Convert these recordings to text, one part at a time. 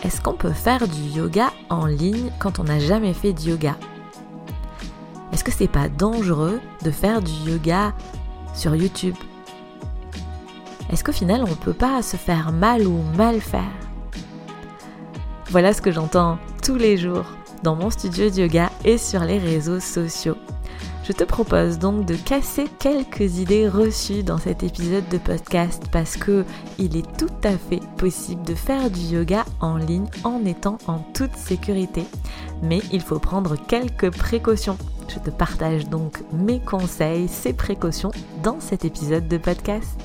Est-ce qu'on peut faire du yoga en ligne quand on n'a jamais fait de yoga ? Est-ce que c'est pas dangereux de faire du yoga sur YouTube ? Est-ce qu'au final on peut pas se faire mal ou mal faire ? Voilà ce que j'entends tous les jours dans mon studio de yoga et sur les réseaux sociaux. Je te propose donc de casser quelques idées reçues dans cet épisode de podcast parce que il est tout à fait possible de faire du yoga en ligne en étant en toute sécurité. Mais il faut prendre quelques précautions. Je te partage donc mes conseils, ces précautions dans cet épisode de podcast.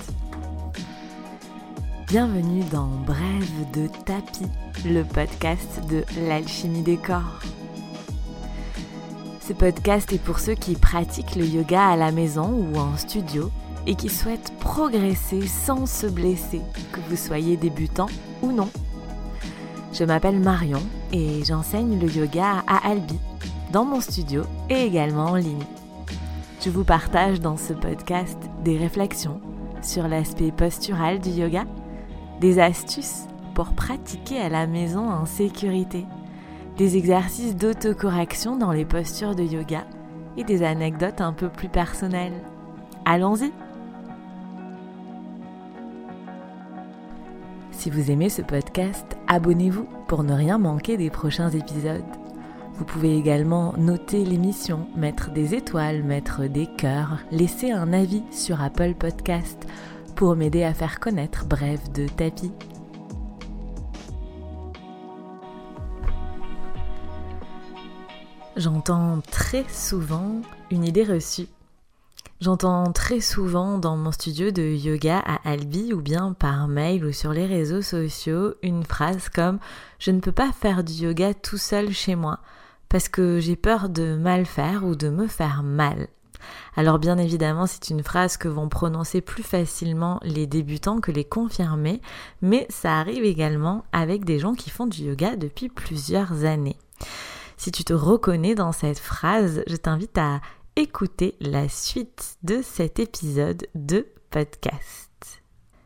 Bienvenue dans Brève de tapis, le podcast de l'alchimie des corps. Ce podcast est pour ceux qui pratiquent le yoga à la maison ou en studio et qui souhaitent progresser sans se blesser, que vous soyez débutant ou non. Je m'appelle Marion et j'enseigne le yoga à Albi, dans mon studio et également en ligne. Je vous partage dans ce podcast des réflexions sur l'aspect postural du yoga, des astuces pour pratiquer à la maison en sécurité, des exercices d'autocorrection dans les postures de yoga et des anecdotes un peu plus personnelles. Allons-y! Si vous aimez ce podcast, abonnez-vous pour ne rien manquer des prochains épisodes. Vous pouvez également noter l'émission, mettre des étoiles, mettre des cœurs, laisser un avis sur Apple Podcast pour m'aider à faire connaître Brève de tapis. J'entends très souvent une idée reçue. J'entends très souvent dans mon studio de yoga à Albi ou bien par mail ou sur les réseaux sociaux une phrase comme « Je ne peux pas faire du yoga tout seul chez moi parce que j'ai peur de mal faire ou de me faire mal ». Alors bien évidemment, c'est une phrase que vont prononcer plus facilement les débutants que les confirmés, mais ça arrive également avec des gens qui font du yoga depuis plusieurs années. Si tu te reconnais dans cette phrase, je t'invite à écouter la suite de cet épisode de podcast.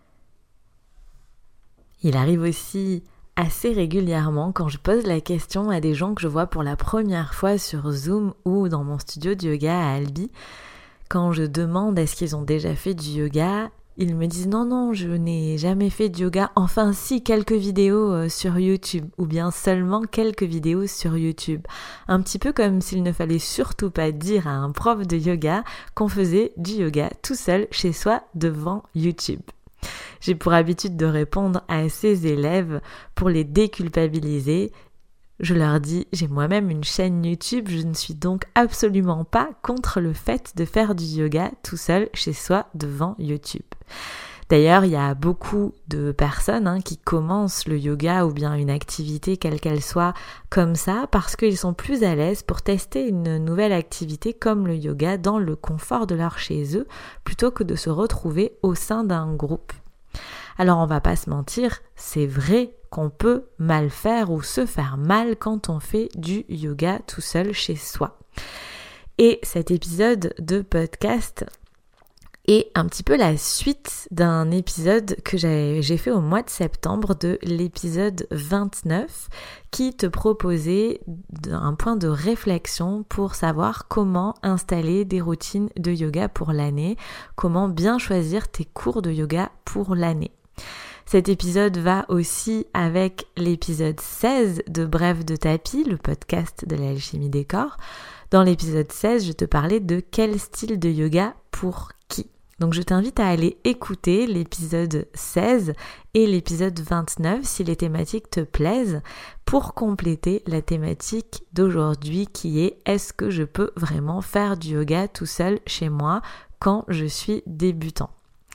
Il arrive aussi assez régulièrement quand je pose la question à des gens que je vois pour la première fois sur Zoom ou dans mon studio de yoga à Albi. Quand je demande est-ce qu'ils ont déjà fait du yoga, ils me disent non, je n'ai jamais fait de yoga, enfin si, quelques vidéos sur YouTube, ou bien seulement quelques vidéos sur YouTube. Un petit peu comme s'il ne fallait surtout pas dire à un prof de yoga qu'on faisait du yoga tout seul chez soi devant YouTube. J'ai pour habitude de répondre à ces élèves pour les déculpabiliser. Je leur dis, j'ai moi-même une chaîne YouTube, je ne suis donc absolument pas contre le fait de faire du yoga tout seul chez soi devant YouTube. D'ailleurs, il y a beaucoup de personnes qui commencent le yoga ou bien une activité quelle qu'elle soit comme ça parce qu'ils sont plus à l'aise pour tester une nouvelle activité comme le yoga dans le confort de leur chez eux plutôt que de se retrouver au sein d'un groupe. Alors on va pas se mentir, c'est vrai qu'on peut mal faire ou se faire mal quand on fait du yoga tout seul chez soi. Et cet épisode de podcast est un petit peu la suite d'un épisode que j'ai fait au mois de septembre, de l'épisode 29, qui te proposait un point de réflexion pour savoir comment installer des routines de yoga pour l'année, comment bien choisir tes cours de yoga pour l'année. Cet épisode va aussi avec l'épisode 16 de Brève de tapis, le podcast de l'alchimie des corps. Dans l'épisode 16, je te parlais de quel style de yoga pour qui. Donc je t'invite à aller écouter l'épisode 16 et l'épisode 29 si les thématiques te plaisent pour compléter la thématique d'aujourd'hui qui est « Est-ce que je peux vraiment faire du yoga tout seul chez moi quand je suis débutant ?»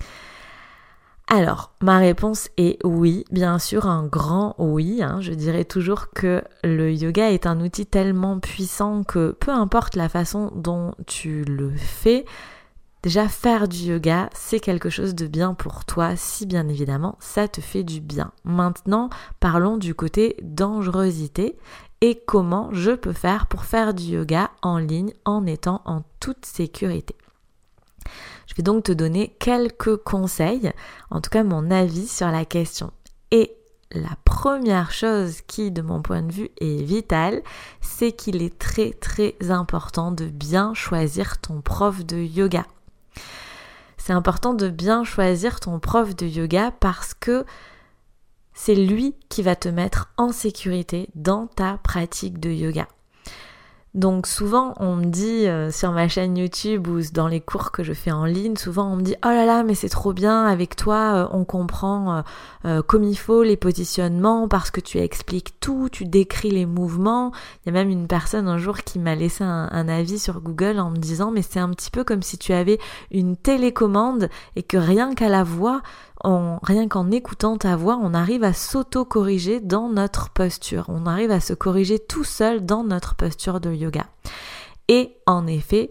Alors, ma réponse est oui, bien sûr un grand oui. Je dirais toujours que le yoga est un outil tellement puissant que peu importe la façon dont tu le fais, déjà faire du yoga, c'est quelque chose de bien pour toi si bien évidemment ça te fait du bien. Maintenant, parlons du côté dangerosité et comment je peux faire pour faire du yoga en ligne en étant en toute sécurité. Je vais donc te donner quelques conseils, en tout cas mon avis sur la question. Et la première chose qui, de mon point de vue, est vitale, c'est qu'il est très très important de bien choisir ton prof de yoga. C'est important de bien choisir ton prof de yoga parce que c'est lui qui va te mettre en sécurité dans ta pratique de yoga. Donc souvent on me dit sur ma chaîne YouTube ou dans les cours que je fais en ligne, souvent on me dit « Oh là là, mais c'est trop bien, avec toi on comprend comme il faut les positionnements parce que tu expliques tout, tu décris les mouvements. » Il y a même une personne un jour qui m'a laissé un avis sur Google en me disant « Mais c'est un petit peu comme si tu avais une télécommande et que rien qu'à la voix, rien qu'en écoutant ta voix, on arrive à s'auto-corriger dans notre posture. On arrive à se corriger tout seul dans notre posture de yoga. » Et en effet,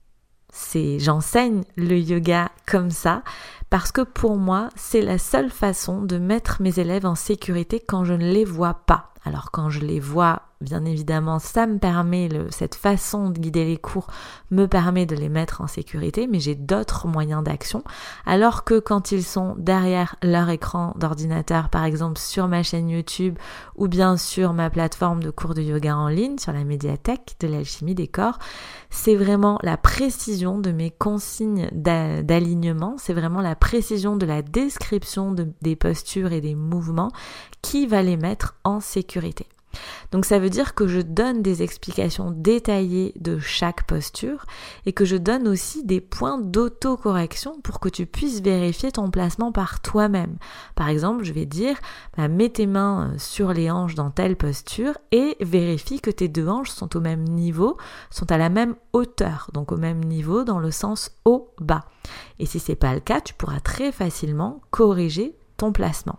j'enseigne le yoga comme ça parce que pour moi, c'est la seule façon de mettre mes élèves en sécurité quand je ne les vois pas. Alors quand je les vois, bien évidemment, ça me permet, cette façon de guider les cours me permet de les mettre en sécurité, mais j'ai d'autres moyens d'action. Alors que quand ils sont derrière leur écran d'ordinateur, par exemple sur ma chaîne YouTube ou bien sur ma plateforme de cours de yoga en ligne, sur la médiathèque de l'alchimie des corps, c'est vraiment la précision de mes consignes d'alignement, c'est vraiment la précision de la description des postures et des mouvements qui va les mettre en sécurité. Donc ça veut dire que je donne des explications détaillées de chaque posture et que je donne aussi des points d'autocorrection pour que tu puisses vérifier ton placement par toi-même. Par exemple, je vais dire mets tes mains sur les hanches dans telle posture et vérifie que tes deux hanches sont au même niveau, sont à la même hauteur, donc au même niveau dans le sens haut-bas. Et si c'est pas le cas, tu pourras très facilement corriger ton placement.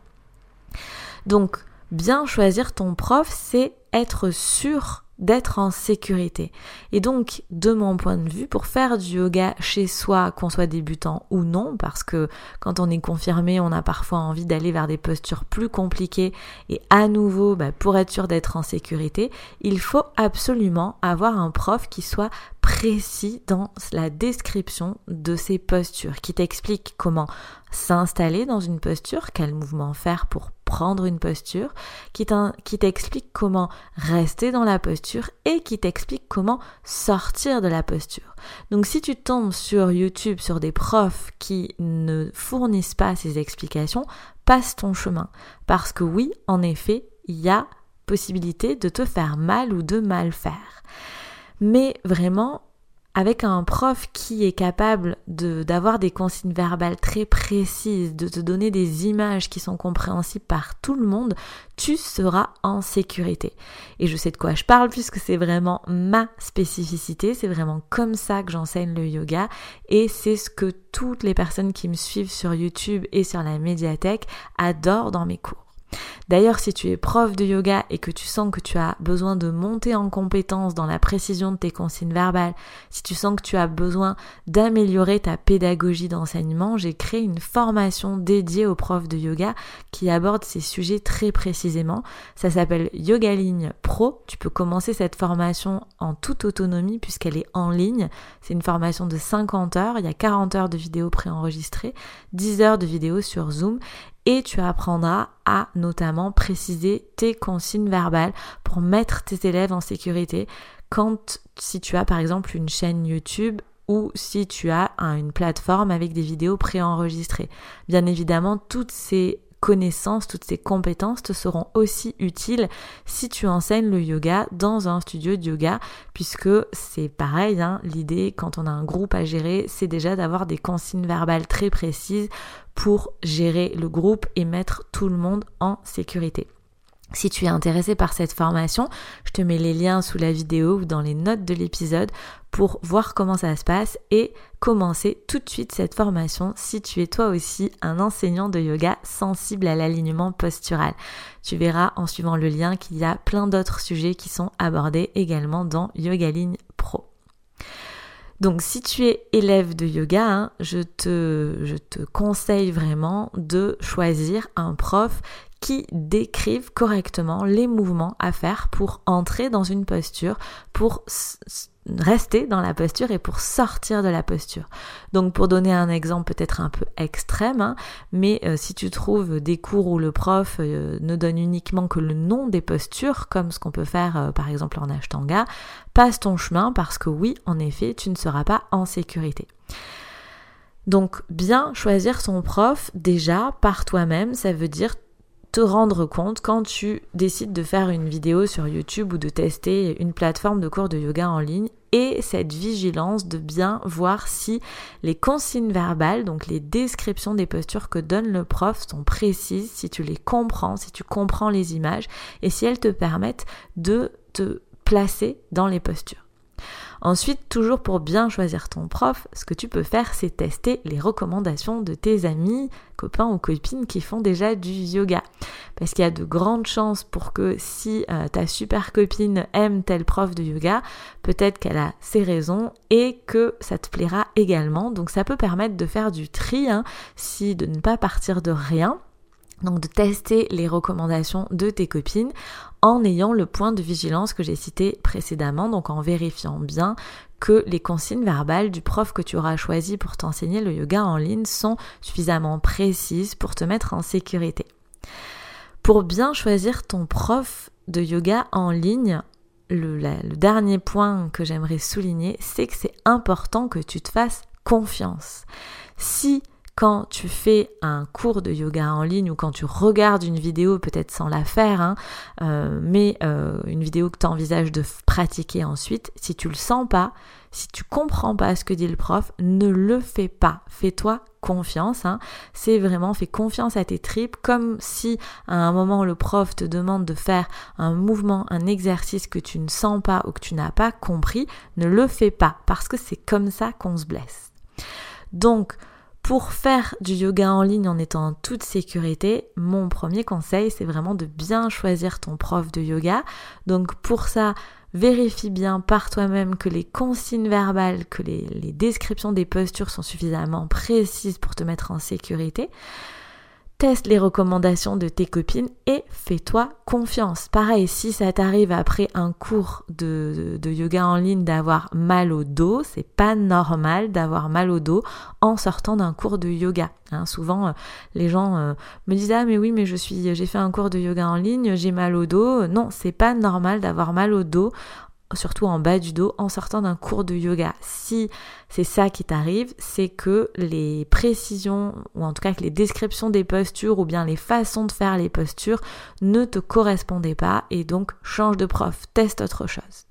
Donc, bien choisir ton prof, c'est être sûr d'être en sécurité. Et donc, de mon point de vue, pour faire du yoga chez soi, qu'on soit débutant ou non, parce que quand on est confirmé, on a parfois envie d'aller vers des postures plus compliquées et à nouveau, pour être sûr d'être en sécurité, il faut absolument avoir un prof qui soit précis dans la description de ces postures, qui t'explique comment s'installer dans une posture, quel mouvement faire pour prendre une posture, qui t'explique comment rester dans la posture et qui t'explique comment sortir de la posture. Donc si tu tombes sur YouTube sur des profs qui ne fournissent pas ces explications, passe ton chemin. Parce que oui, en effet, il y a possibilité de te faire mal ou de mal faire. Mais vraiment, avec un prof qui est capable d'avoir des consignes verbales très précises, de te donner des images qui sont compréhensibles par tout le monde, tu seras en sécurité. Et je sais de quoi je parle puisque c'est vraiment ma spécificité, c'est vraiment comme ça que j'enseigne le yoga et c'est ce que toutes les personnes qui me suivent sur YouTube et sur la médiathèque adorent dans mes cours. D'ailleurs, si tu es prof de yoga et que tu sens que tu as besoin de monter en compétence dans la précision de tes consignes verbales, si tu sens que tu as besoin d'améliorer ta pédagogie d'enseignement, j'ai créé une formation dédiée aux profs de yoga qui aborde ces sujets très précisément. Ça s'appelle Yoga Ligne Pro. Tu peux commencer cette formation en toute autonomie puisqu'elle est en ligne. C'est une formation de 50 heures. Il y a 40 heures de vidéos préenregistrées, 10 heures de vidéos sur Zoom. Et tu apprendras à notamment préciser tes consignes verbales pour mettre tes élèves en sécurité si tu as par exemple une chaîne YouTube ou si tu as une plateforme avec des vidéos préenregistrées. Bien évidemment, toutes ces connaissances, toutes ces compétences te seront aussi utiles si tu enseignes le yoga dans un studio de yoga puisque c'est pareil, l'idée quand on a un groupe à gérer, c'est déjà d'avoir des consignes verbales très précises pour gérer le groupe et mettre tout le monde en sécurité. Si tu es intéressé par cette formation, je te mets les liens sous la vidéo ou dans les notes de l'épisode pour voir comment ça se passe et commencer tout de suite cette formation si tu es toi aussi un enseignant de yoga sensible à l'alignement postural. Tu verras en suivant le lien qu'il y a plein d'autres sujets qui sont abordés également dans Yoga Ligne Pro. Donc si tu es élève de yoga, je te conseille vraiment de choisir un prof qui décrivent correctement les mouvements à faire pour entrer dans une posture, pour rester dans la posture et pour sortir de la posture. Donc pour donner un exemple peut-être un peu extrême, mais si tu trouves des cours où le prof ne donne uniquement que le nom des postures, comme ce qu'on peut faire par exemple en Ashtanga, passe ton chemin parce que oui, en effet, tu ne seras pas en sécurité. Donc bien choisir son prof déjà par toi-même, ça veut dire te rendre compte quand tu décides de faire une vidéo sur YouTube ou de tester une plateforme de cours de yoga en ligne, et cette vigilance de bien voir si les consignes verbales, donc les descriptions des postures que donne le prof sont précises, si tu les comprends, si tu comprends les images et si elles te permettent de te placer dans les postures. Ensuite, toujours pour bien choisir ton prof, ce que tu peux faire, c'est tester les recommandations de tes amis, copains ou copines qui font déjà du yoga. Parce qu'il y a de grandes chances pour que si ta super copine aime tel prof de yoga, peut-être qu'elle a ses raisons et que ça te plaira également. Donc ça peut permettre de faire du tri, de ne pas partir de rien. Donc de tester les recommandations de tes copines en ayant le point de vigilance que j'ai cité précédemment, donc en vérifiant bien que les consignes verbales du prof que tu auras choisi pour t'enseigner le yoga en ligne sont suffisamment précises pour te mettre en sécurité. Pour bien choisir ton prof de yoga en ligne, le dernier point que j'aimerais souligner, c'est que c'est important que tu te fasses confiance. Si quand tu fais un cours de yoga en ligne ou quand tu regardes une vidéo, peut-être sans la faire, mais une vidéo que tu envisages de pratiquer ensuite, si tu le sens pas, si tu comprends pas ce que dit le prof, ne le fais pas. Fais-toi confiance. C'est vraiment, fais confiance à tes tripes, comme si à un moment le prof te demande de faire un mouvement, un exercice que tu ne sens pas ou que tu n'as pas compris, ne le fais pas parce que c'est comme ça qu'on se blesse. Donc, pour faire du yoga en ligne en étant en toute sécurité, mon premier conseil, c'est vraiment de bien choisir ton prof de yoga. Donc pour ça, vérifie bien par toi-même que les consignes verbales, que les descriptions des postures sont suffisamment précises pour te mettre en sécurité. Teste les recommandations de tes copines et fais-toi confiance. Pareil, si ça t'arrive après un cours de yoga en ligne d'avoir mal au dos, c'est pas normal d'avoir mal au dos en sortant d'un cours de yoga. Souvent, les gens me disent « Ah mais oui, mais j'ai fait un cours de yoga en ligne, j'ai mal au dos. » Non, c'est pas normal d'avoir mal au dos, surtout en bas du dos, en sortant d'un cours de yoga. Si c'est ça qui t'arrive, c'est que les précisions, ou en tout cas que les descriptions des postures, ou bien les façons de faire les postures, ne te correspondaient pas, et donc change de prof, teste autre chose.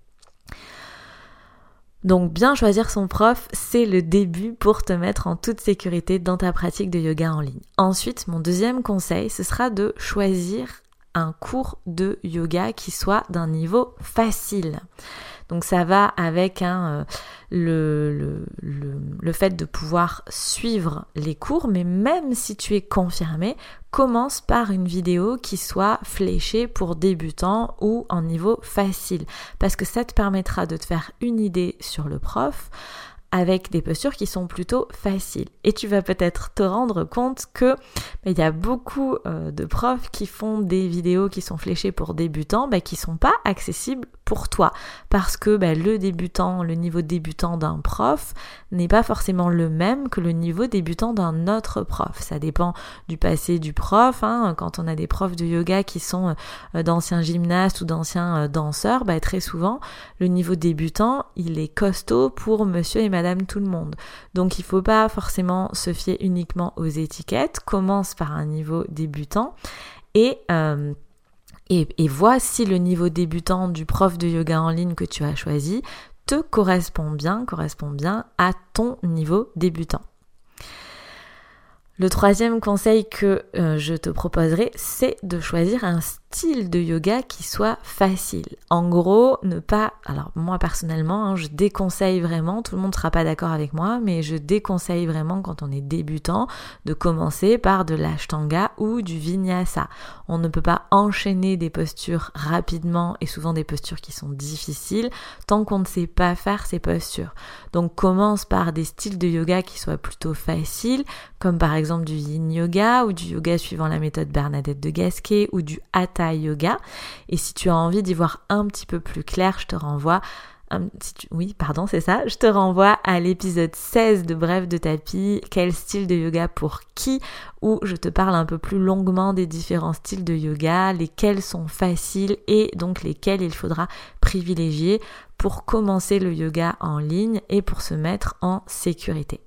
Donc bien choisir son prof, c'est le début pour te mettre en toute sécurité dans ta pratique de yoga en ligne. Ensuite, mon deuxième conseil, ce sera de choisir un cours de yoga qui soit d'un niveau facile. Donc ça va avec le fait de pouvoir suivre les cours, mais même si tu es confirmé, commence par une vidéo qui soit fléchée pour débutants ou en niveau facile, parce que ça te permettra de te faire une idée sur le prof, avec des postures qui sont plutôt faciles. Et tu vas peut-être te rendre compte que il y a beaucoup de profs qui font des vidéos qui sont fléchées pour débutants, qui sont pas accessibles pour toi, parce que le niveau débutant d'un prof n'est pas forcément le même que le niveau débutant d'un autre prof. Ça dépend du passé du prof. Quand on a des profs de yoga qui sont d'anciens gymnastes ou d'anciens danseurs, très souvent le niveau débutant il est costaud pour monsieur et madame tout le monde. Donc il faut pas forcément se fier uniquement aux étiquettes. Commence par un niveau débutant et vois si le niveau débutant du prof de yoga en ligne que tu as choisi te correspond bien à ton niveau débutant. Le troisième conseil que je te proposerai, c'est de choisir un style de yoga qui soit facile. En gros, alors moi personnellement, je déconseille vraiment, tout le monde ne sera pas d'accord avec moi, mais je déconseille vraiment quand on est débutant de commencer par de l'ashtanga ou du vinyasa. On ne peut pas enchaîner des postures rapidement et souvent des postures qui sont difficiles tant qu'on ne sait pas faire ces postures. Donc commence par des styles de yoga qui soient plutôt faciles, comme par exemple exemple du Yin Yoga ou du yoga suivant la méthode Bernadette de Gasquet ou du Hatha Yoga. Et si tu as envie d'y voir un petit peu plus clair, je te renvoie je te renvoie à l'épisode 16 de Bref de tapis, quel style de yoga pour qui, où je te parle un peu plus longuement des différents styles de yoga, lesquels sont faciles et donc lesquels il faudra privilégier pour commencer le yoga en ligne et pour se mettre en sécurité.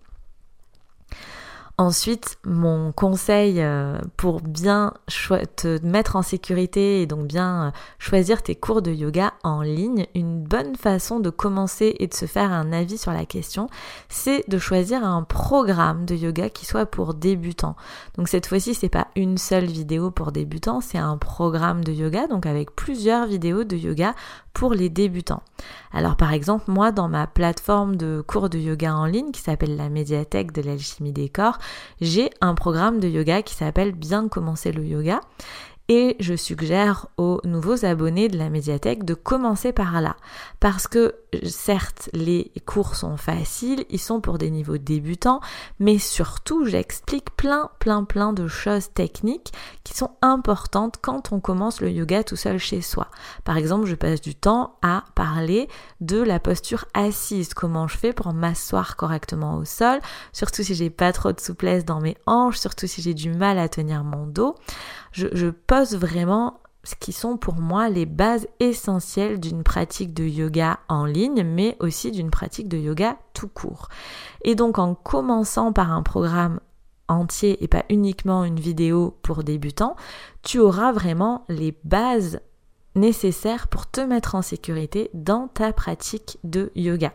Ensuite, mon conseil pour bien te mettre en sécurité et donc bien choisir tes cours de yoga en ligne, une bonne façon de commencer et de se faire un avis sur la question, c'est de choisir un programme de yoga qui soit pour débutants. Donc cette fois-ci, c'est pas une seule vidéo pour débutants, c'est un programme de yoga, donc avec plusieurs vidéos de yoga pour les débutants. Alors par exemple, moi dans ma plateforme de cours de yoga en ligne qui s'appelle la médiathèque de l'alchimie des corps, j'ai un programme de yoga qui s'appelle Bien commencer le yoga et je suggère aux nouveaux abonnés de la médiathèque de commencer par là parce que certes les cours sont faciles, ils sont pour des niveaux débutants, mais surtout j'explique plein de choses techniques qui sont importantes quand on commence le yoga tout seul chez soi. Par exemple, je passe du temps à parler de la posture assise, comment je fais pour m'asseoir correctement au sol, surtout si j'ai pas trop de souplesse dans mes hanches, surtout si j'ai du mal à tenir mon dos. Je pose vraiment ce qui sont pour moi les bases essentielles d'une pratique de yoga en ligne, mais aussi d'une pratique de yoga tout court. Et donc en commençant par un programme entier et pas uniquement une vidéo pour débutants, tu auras vraiment les bases nécessaires pour te mettre en sécurité dans ta pratique de yoga.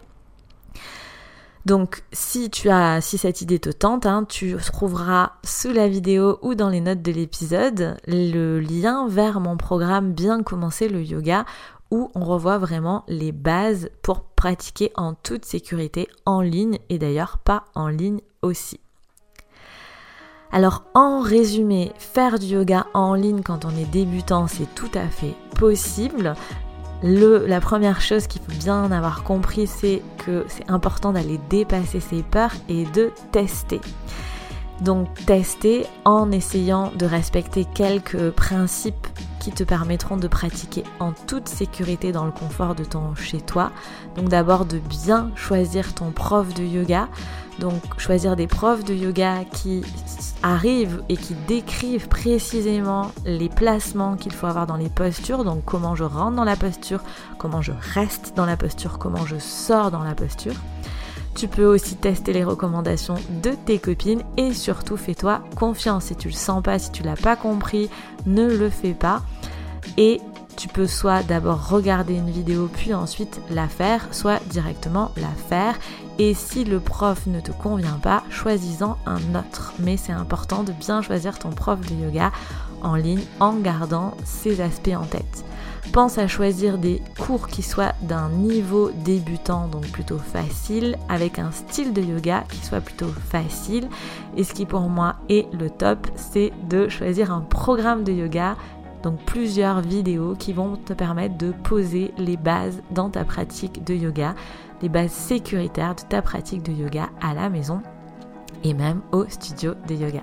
Donc si cette idée te tente, tu trouveras sous la vidéo ou dans les notes de l'épisode le lien vers mon programme Bien commencer le yoga où on revoit vraiment les bases pour pratiquer en toute sécurité en ligne et d'ailleurs pas en ligne aussi. Alors en résumé, faire du yoga en ligne quand on est débutant, c'est tout à fait possible. La première chose qu'il faut bien avoir compris, c'est que c'est important d'aller dépasser ses peurs et de tester. Donc tester en essayant de respecter quelques principes qui te permettront de pratiquer en toute sécurité dans le confort de ton chez-toi. Donc d'abord de bien choisir ton prof de yoga. Donc choisir des profs de yoga qui arrivent et qui décrivent précisément les placements qu'il faut avoir dans les postures, donc comment je rentre dans la posture, comment je reste dans la posture, comment je sors dans la posture. Tu peux aussi tester les recommandations de tes copines et surtout fais-toi confiance. Si tu le sens pas, si tu l'as pas compris, ne le fais pas. Et tu peux soit d'abord regarder une vidéo puis ensuite la faire, soit directement la faire. Et si le prof ne te convient pas, choisis-en un autre. Mais c'est important de bien choisir ton prof de yoga en ligne en gardant ces aspects en tête. Pense à choisir des cours qui soient d'un niveau débutant, donc plutôt facile, avec un style de yoga qui soit plutôt facile. Et ce qui pour moi est le top, c'est de choisir un programme de yoga, donc plusieurs vidéos qui vont te permettre de poser les bases dans ta pratique de yoga, les bases sécuritaires de ta pratique de yoga à la maison et même au studio de yoga.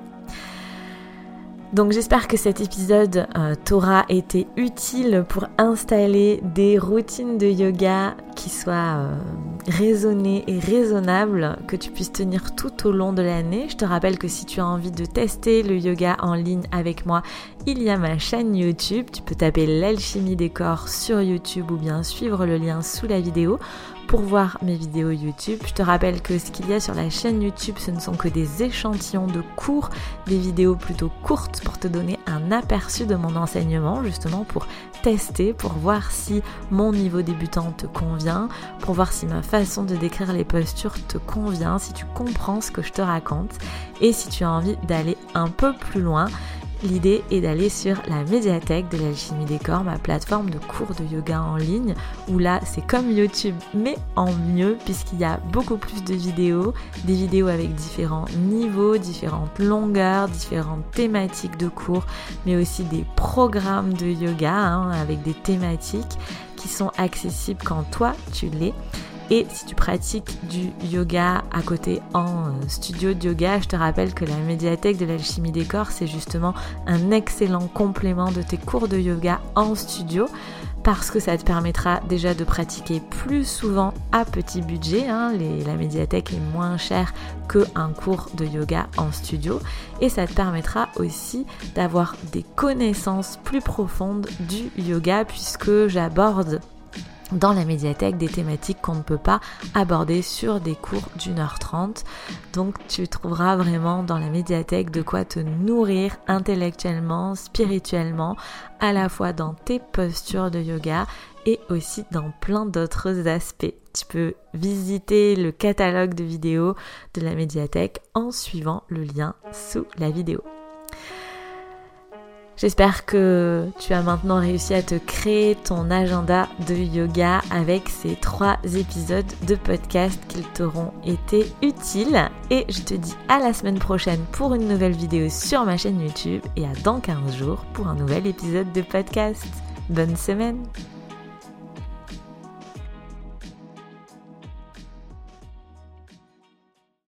Donc j'espère que cet épisode t'aura été utile pour installer des routines de yoga qui soient raisonnées et raisonnables, que tu puisses tenir tout au long de l'année. Je te rappelle que si tu as envie de tester le yoga en ligne avec moi, il y a ma chaîne YouTube. Tu peux taper l'alchimie des corps sur YouTube ou bien suivre le lien sous la vidéo pour voir mes vidéos YouTube. Je te rappelle que ce qu'il y a sur la chaîne YouTube, ce ne sont que des échantillons de cours, des vidéos plutôt courtes pour te donner un aperçu de mon enseignement, justement pour tester, pour voir si mon niveau débutant te convient, pour voir si ma façon de décrire les postures te convient, si tu comprends ce que je te raconte et si tu as envie d'aller un peu plus loin. L'idée est d'aller sur la médiathèque de l'alchimie des corps, ma plateforme de cours de yoga en ligne, où là c'est comme YouTube mais en mieux puisqu'il y a beaucoup plus de vidéos, des vidéos avec différents niveaux, différentes longueurs, différentes thématiques de cours, mais aussi des programmes de yoga avec des thématiques qui sont accessibles quand toi tu l'es. Et si tu pratiques du yoga à côté en studio de yoga, je te rappelle que la médiathèque de l'alchimie des corps, c'est justement un excellent complément de tes cours de yoga en studio, parce que ça te permettra déjà de pratiquer plus souvent à petit budget. La médiathèque est moins chère qu'un cours de yoga en studio, et ça te permettra aussi d'avoir des connaissances plus profondes du yoga, puisque j'aborde dans la médiathèque des thématiques qu'on ne peut pas aborder sur des cours d'1h30. Donc tu trouveras vraiment dans la médiathèque de quoi te nourrir intellectuellement, spirituellement, à la fois dans tes postures de yoga et aussi dans plein d'autres aspects. Tu peux visiter le catalogue de vidéos de la médiathèque en suivant le lien sous la vidéo. J'espère que tu as maintenant réussi à te créer ton agenda de yoga avec ces 3 épisodes de podcast qu'ils t'auront été utiles. Et je te dis à la semaine prochaine pour une nouvelle vidéo sur ma chaîne YouTube et à dans 15 jours pour un nouvel épisode de podcast. Bonne semaine!